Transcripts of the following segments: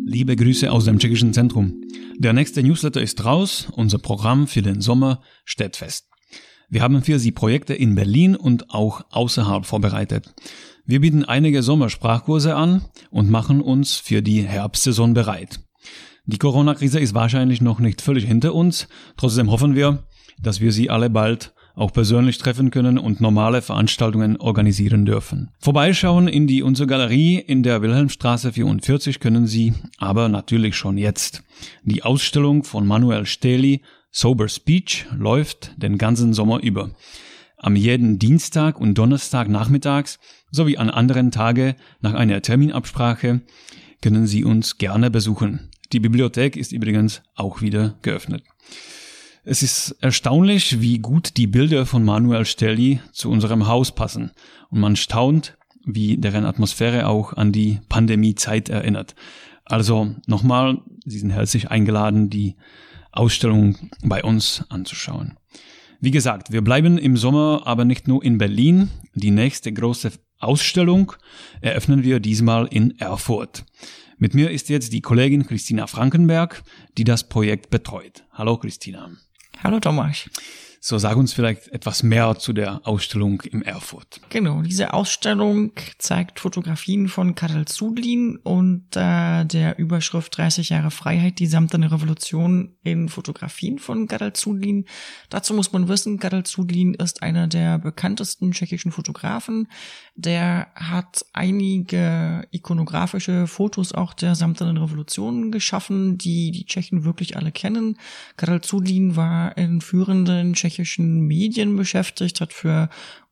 Liebe Grüße aus dem tschechischen Zentrum. Der nächste Newsletter ist raus, unser Programm für den Sommer steht fest. Wir haben für Sie Projekte in Berlin und auch außerhalb vorbereitet. Wir bieten einige Sommersprachkurse an und machen uns für die Herbstsaison bereit. Die Corona-Krise ist wahrscheinlich noch nicht völlig hinter uns, trotzdem hoffen wir, dass wir Sie alle bald auch persönlich treffen können und normale Veranstaltungen organisieren dürfen. Vorbeischauen in die unsere Galerie in der Wilhelmstraße 44 können Sie aber natürlich schon jetzt. Die Ausstellung von Manuel Stähli, Sober Speech, läuft den ganzen Sommer über. Am jeden Dienstag und Donnerstag nachmittags sowie an anderen Tagen nach einer Terminabsprache können Sie uns gerne besuchen. Die Bibliothek ist übrigens auch wieder geöffnet. Es ist erstaunlich, wie gut die Bilder von Manuel Stähli zu unserem Haus passen. Und man staunt, wie deren Atmosphäre auch an die Pandemiezeit erinnert. Also nochmal, Sie sind herzlich eingeladen, die Ausstellung bei uns anzuschauen. Wie gesagt, wir bleiben im Sommer aber nicht nur in Berlin. Die nächste große Ausstellung eröffnen wir diesmal in Erfurt. Mit mir ist jetzt die Kollegin Christina Frankenberg, die das Projekt betreut. Hallo Christina. Hallo Thomas. So, sag uns vielleicht etwas mehr zu der Ausstellung in Erfurt. Genau, diese Ausstellung zeigt Fotografien von Karel Zoudlin und der Überschrift 30 Jahre Freiheit, die samtene Revolution in Fotografien von Karel Zoudlin. Dazu muss man wissen, Karel Zoudlin ist einer der bekanntesten tschechischen Fotografen. Der hat einige ikonografische Fotos auch der samtenen Revolution geschaffen, die die Tschechen wirklich alle kennen. Karel Zoudlin war in führenden tschechischen Medien beschäftigt, hat für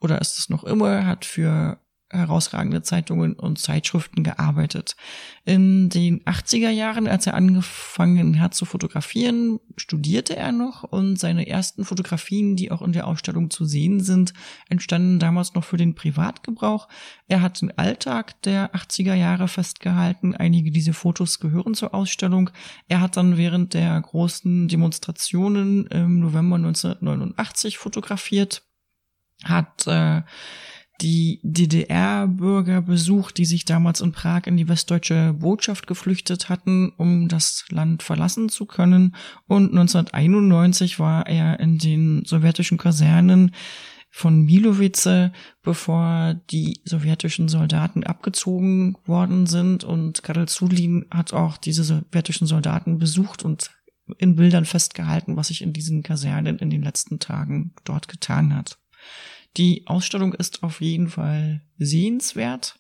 herausragende Zeitungen und Zeitschriften gearbeitet. In den 80er Jahren, als er angefangen hat zu fotografieren, studierte er noch und seine ersten Fotografien, die auch in der Ausstellung zu sehen sind, entstanden damals noch für den Privatgebrauch. Er hat den Alltag der 80er Jahre festgehalten. Einige dieser Fotos gehören zur Ausstellung. Er hat dann während der großen Demonstrationen im November 1989 fotografiert, hat die DDR-Bürger besucht, die sich damals in Prag in die westdeutsche Botschaft geflüchtet hatten, um das Land verlassen zu können. Und 1991 war er in den sowjetischen Kasernen von Milovice, bevor die sowjetischen Soldaten abgezogen worden sind. Und Karel Zoudlin hat auch diese sowjetischen Soldaten besucht und in Bildern festgehalten, was sich in diesen Kasernen in den letzten Tagen dort getan hat. Die Ausstellung ist auf jeden Fall sehenswert.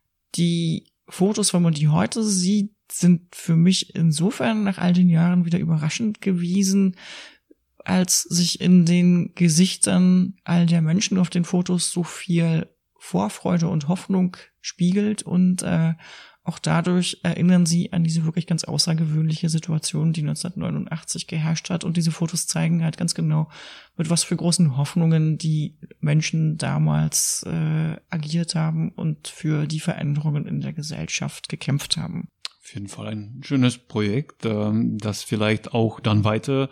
Die Fotos, wenn man die heute sieht, sind für mich insofern nach all den Jahren wieder überraschend gewesen, als sich in den Gesichtern all der Menschen auf den Fotos so viel Vorfreude und Hoffnung spiegelt und auch dadurch erinnern sie an diese wirklich ganz außergewöhnliche Situation, die 1989 geherrscht hat. Und diese Fotos zeigen halt ganz genau, mit was für großen Hoffnungen die Menschen damals agiert haben und für die Veränderungen in der Gesellschaft gekämpft haben. Auf jeden Fall ein schönes Projekt, das vielleicht auch dann weiter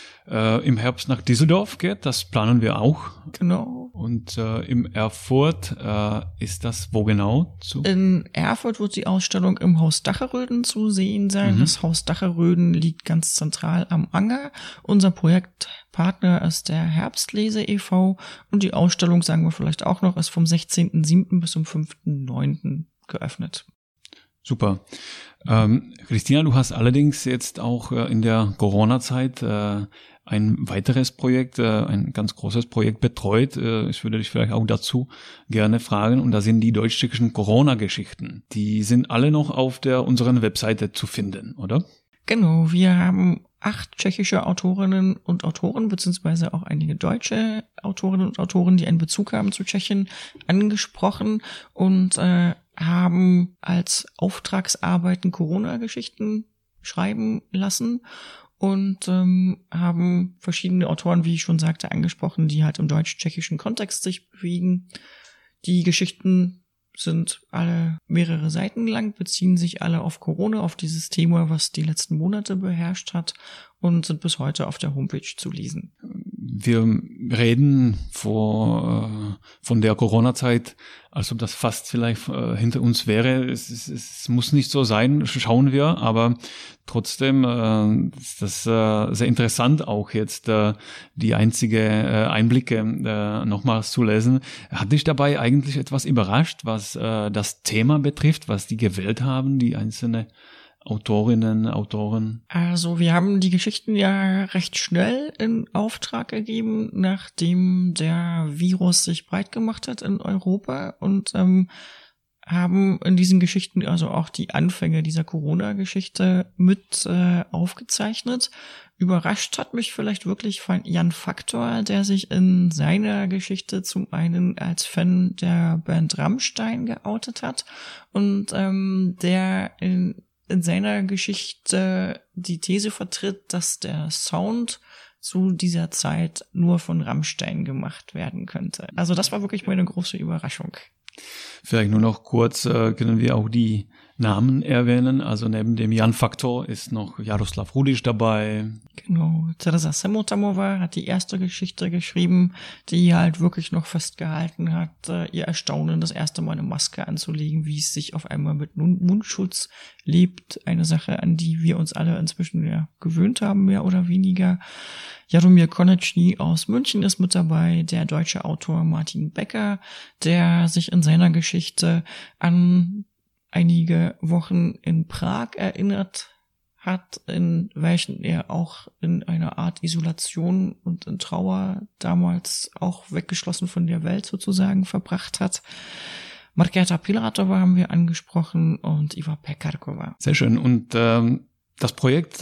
im Herbst nach Düsseldorf geht. Das planen wir auch. Genau. Und im Erfurt ist das wo genau? In Erfurt wird die Ausstellung im Haus Dacheröden zu sehen sein. Das Haus Dacheröden liegt ganz zentral am Anger. Unser Projektpartner ist der Herbstlese e.V. und die Ausstellung, sagen wir vielleicht auch noch, ist vom 16.07. bis zum 5.09. geöffnet. Super. Christina, du hast allerdings jetzt auch in der Corona-Zeit ein weiteres Projekt, ein ganz großes Projekt betreut. Ich würde dich vielleicht auch dazu gerne fragen. Und da sind die deutsch-tschechischen Corona-Geschichten. Die sind alle noch auf unserer Webseite zu finden, oder? Genau, wir haben 8 tschechische Autorinnen und Autoren, beziehungsweise auch einige deutsche Autorinnen und Autoren, die einen Bezug haben zu Tschechien, angesprochen und haben als Auftragsarbeiten Corona-Geschichten schreiben lassen und haben verschiedene Autoren, wie ich schon sagte, angesprochen, die halt im deutsch-tschechischen Kontext sich bewegen. Die Geschichten sind alle mehrere Seiten lang, beziehen sich alle auf Corona, auf dieses Thema, was die letzten Monate beherrscht hat und sind bis heute auf der Homepage zu lesen. Wir reden von der Corona-Zeit, als ob das fast vielleicht hinter uns wäre. Es muss nicht so sein, schauen wir, aber trotzdem ist das sehr interessant, auch jetzt die Einblicke nochmals zu lesen. Hat dich dabei eigentlich etwas überrascht, was das Thema betrifft, was die gewählt haben, die einzelnen Autorinnen, Autoren? Also wir haben die Geschichten ja recht schnell in Auftrag gegeben, nachdem der Virus sich breit gemacht hat in Europa und haben in diesen Geschichten also auch die Anfänge dieser Corona-Geschichte mit aufgezeichnet. Überrascht hat mich vielleicht wirklich von Jan Faktor, der sich in seiner Geschichte zum einen als Fan der Band Rammstein geoutet hat und der in seiner Geschichte die These vertritt, dass der Sound zu dieser Zeit nur von Rammstein gemacht werden könnte. Also das war wirklich meine große Überraschung. Vielleicht nur noch kurz können wir auch die Namen erwähnen. Also neben dem Jan Faktor ist noch Jaroslav Rudiš dabei. Genau, Teresa Semotamova hat die erste Geschichte geschrieben, die halt wirklich noch festgehalten hat, ihr Erstaunen, das erste Mal eine Maske anzulegen, wie es sich auf einmal mit Mundschutz lebt. Eine Sache, an die wir uns alle inzwischen ja gewöhnt haben, mehr oder weniger. Jaromir Konečný aus München ist mit dabei, der deutsche Autor Martin Becker, der sich in seiner Geschichte an einige Wochen in Prag erinnert hat, in welchen er auch in einer Art Isolation und in Trauer damals auch weggeschlossen von der Welt sozusagen verbracht hat. Markéta Pilatova haben wir angesprochen und Iva Pekarkova. Sehr schön. Und das Projekt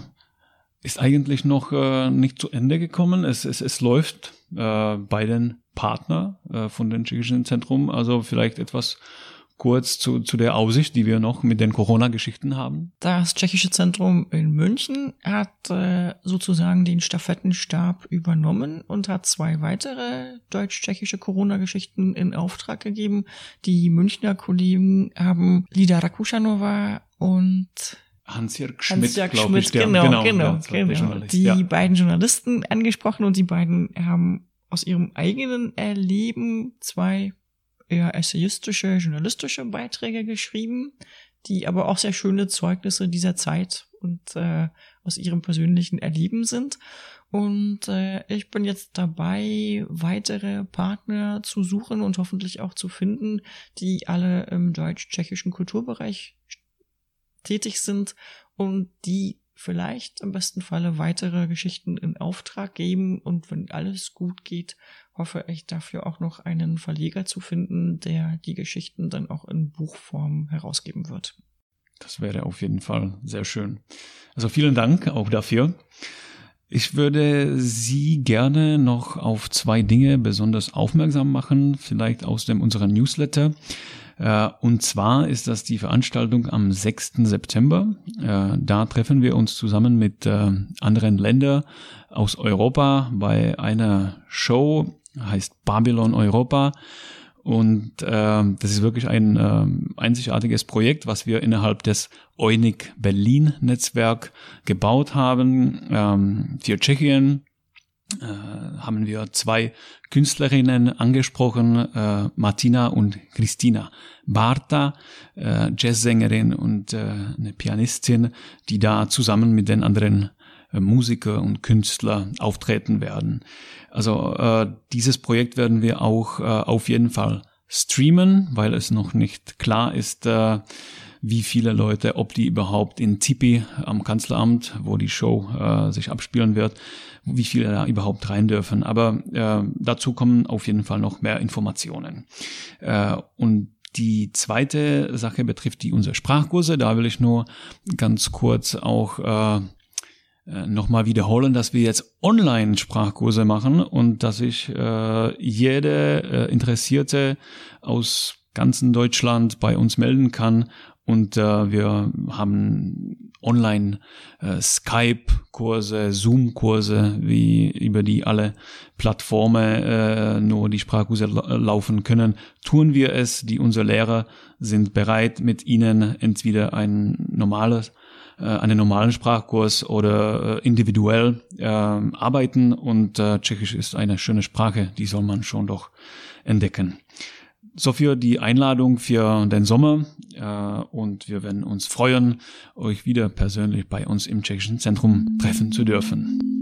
ist eigentlich noch nicht zu Ende gekommen. Es läuft bei den Partnern von dem Tschechischen Zentrum. Also vielleicht etwas kurz zu der Aussicht, die wir noch mit den Corona-Geschichten haben. Das Tschechische Zentrum in München hat sozusagen den Stafettenstab übernommen und hat 2 weitere deutsch-tschechische Corona-Geschichten in Auftrag gegeben. Die Münchner Kollegen haben Lida Rakušanová und Hans-Jörg Schmidt, glaube ich. Genau. Die beiden Journalisten angesprochen und die beiden haben aus ihrem eigenen Erleben 2 eher essayistische, journalistische Beiträge geschrieben, die aber auch sehr schöne Zeugnisse dieser Zeit und aus ihrem persönlichen Erleben sind. Und ich bin jetzt dabei, weitere Partner zu suchen und hoffentlich auch zu finden, die alle im deutsch-tschechischen Kulturbereich tätig sind und die vielleicht im besten Falle weitere Geschichten in Auftrag geben. Und wenn alles gut geht, hoffe ich dafür auch noch einen Verleger zu finden, der die Geschichten dann auch in Buchform herausgeben wird. Das wäre auf jeden Fall sehr schön. Also vielen Dank auch dafür. Ich würde Sie gerne noch auf 2 Dinge besonders aufmerksam machen, vielleicht aus unserem Newsletter. Und zwar ist das die Veranstaltung am 6. September. Da treffen wir uns zusammen mit anderen Ländern aus Europa bei einer Show, heißt Babylon Europa. Und das ist wirklich ein einzigartiges Projekt, was wir innerhalb des EUNIC Berlin-Netzwerk gebaut haben. Für Tschechien haben wir 2 Künstlerinnen angesprochen, Martina und Kristina Barta, Jazzsängerin und eine Pianistin, die da zusammen mit den anderen Musiker und Künstler auftreten werden. Also dieses Projekt werden wir auch auf jeden Fall streamen, weil es noch nicht klar ist, wie viele Leute, ob die überhaupt in Tipi am Kanzleramt, wo die Show sich abspielen wird, wie viele da überhaupt rein dürfen. Aber dazu kommen auf jeden Fall noch mehr Informationen. Und die zweite Sache betrifft unsere Sprachkurse. Da will ich nur ganz kurz auch nochmal wiederholen, dass wir jetzt Online-Sprachkurse machen und dass sich jede Interessierte aus ganzen Deutschland bei uns melden kann. Und wir haben Online-Skype-Kurse, Zoom-Kurse, wie über die alle Plattformen nur die Sprachkurse laufen können. Tun wir es, unsere Lehrer sind bereit, mit Ihnen entweder ein normales einen normalen Sprachkurs oder individuell arbeiten. Und Tschechisch ist eine schöne Sprache, die soll man schon doch entdecken. So für die Einladung für den Sommer und wir werden uns freuen, euch wieder persönlich bei uns im Tschechischen Zentrum treffen zu dürfen.